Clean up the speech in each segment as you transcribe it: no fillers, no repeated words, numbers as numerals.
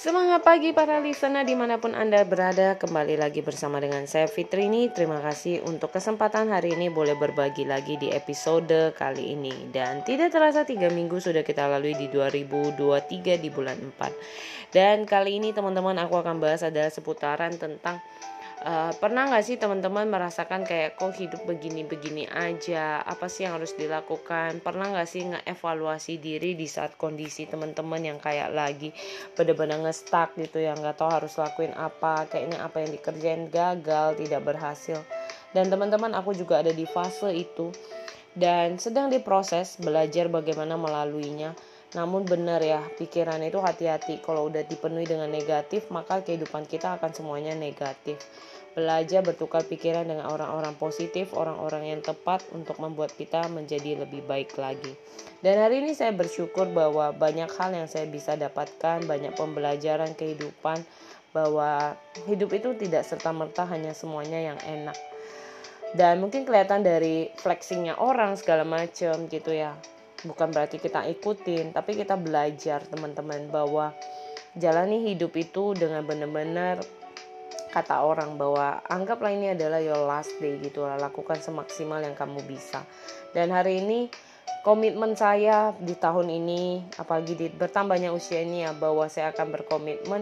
Semangat pagi para listener dimanapun Anda berada. Kembali lagi bersama dengan saya Fitrini. Terima kasih untuk kesempatan hari ini boleh berbagi lagi di episode kali ini. Dan tidak terasa 3 minggu sudah kita lalui di 2023 di bulan 4. Dan kali ini teman-teman aku akan bahas adalah seputaran tentang pernah gak sih teman-teman merasakan kayak kok hidup begini-begini aja, apa sih yang harus dilakukan? Pernah gak sih ngeevaluasi diri di saat kondisi teman-teman yang kayak lagi bener-bener nge-stuck gitu, yang gak tahu harus lakuin apa, kayaknya apa yang dikerjain gagal, tidak berhasil. Dan teman-teman, aku juga ada di fase itu dan sedang diproses belajar bagaimana melaluinya. Namun benar ya, pikiran itu hati-hati. Kalau udah dipenuhi dengan negatif, maka kehidupan kita akan semuanya negatif. Belajar bertukar pikiran dengan orang-orang positif, orang-orang yang tepat untuk membuat kita menjadi lebih baik lagi. Dan hari ini saya bersyukur bahwa banyak hal yang saya bisa dapatkan, banyak pembelajaran kehidupan, bahwa hidup itu tidak serta-merta hanya semuanya yang enak. Dan mungkin kelihatan dari flexingnya orang segala macam gitu ya. Bukan berarti kita ikutin, tapi kita belajar teman-teman bahwa jalani hidup itu dengan benar-benar kata orang bahwa anggaplah ini adalah your last day gitu lah, lakukan semaksimal yang kamu bisa. Dan hari ini komitmen saya di tahun ini, apalagi di bertambahnya usia ini ya, bahwa saya akan berkomitmen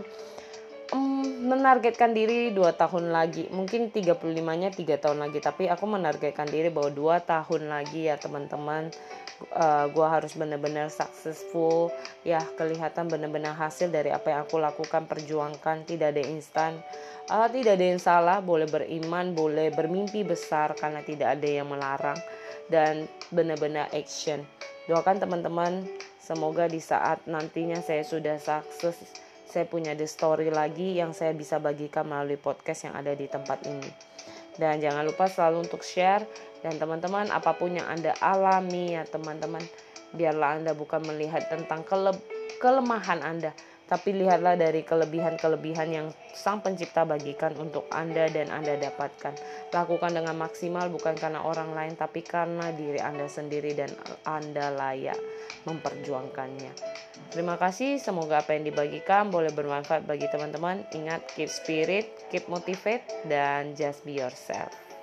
menargetkan diri 2 tahun lagi, mungkin 35-nya 3 tahun lagi, tapi aku menargetkan diri bahwa 2 tahun lagi ya teman-teman, gue harus benar-benar successful ya, kelihatan benar-benar hasil dari apa yang aku lakukan, perjuangkan. Tidak ada instan, tidak ada yang salah, boleh beriman, boleh bermimpi besar karena tidak ada yang melarang, dan benar-benar action. Doakan teman-teman, semoga di saat nantinya saya sudah sukses, saya punya the story lagi yang saya bisa bagikan melalui podcast yang ada di tempat ini. Dan jangan lupa selalu untuk share. Dan teman-teman, apapun yang Anda alami ya teman-teman, biarlah Anda bukan melihat tentang kelemahan Anda, tapi lihatlah dari kelebihan-kelebihan yang Sang Pencipta bagikan untuk Anda dan Anda dapatkan. Lakukan dengan maksimal, bukan karena orang lain, tapi karena diri Anda sendiri dan Anda layak memperjuangkannya. Terima kasih, semoga apa yang dibagikan boleh bermanfaat bagi teman-teman. Ingat, keep spirit, keep motivate, dan just be yourself.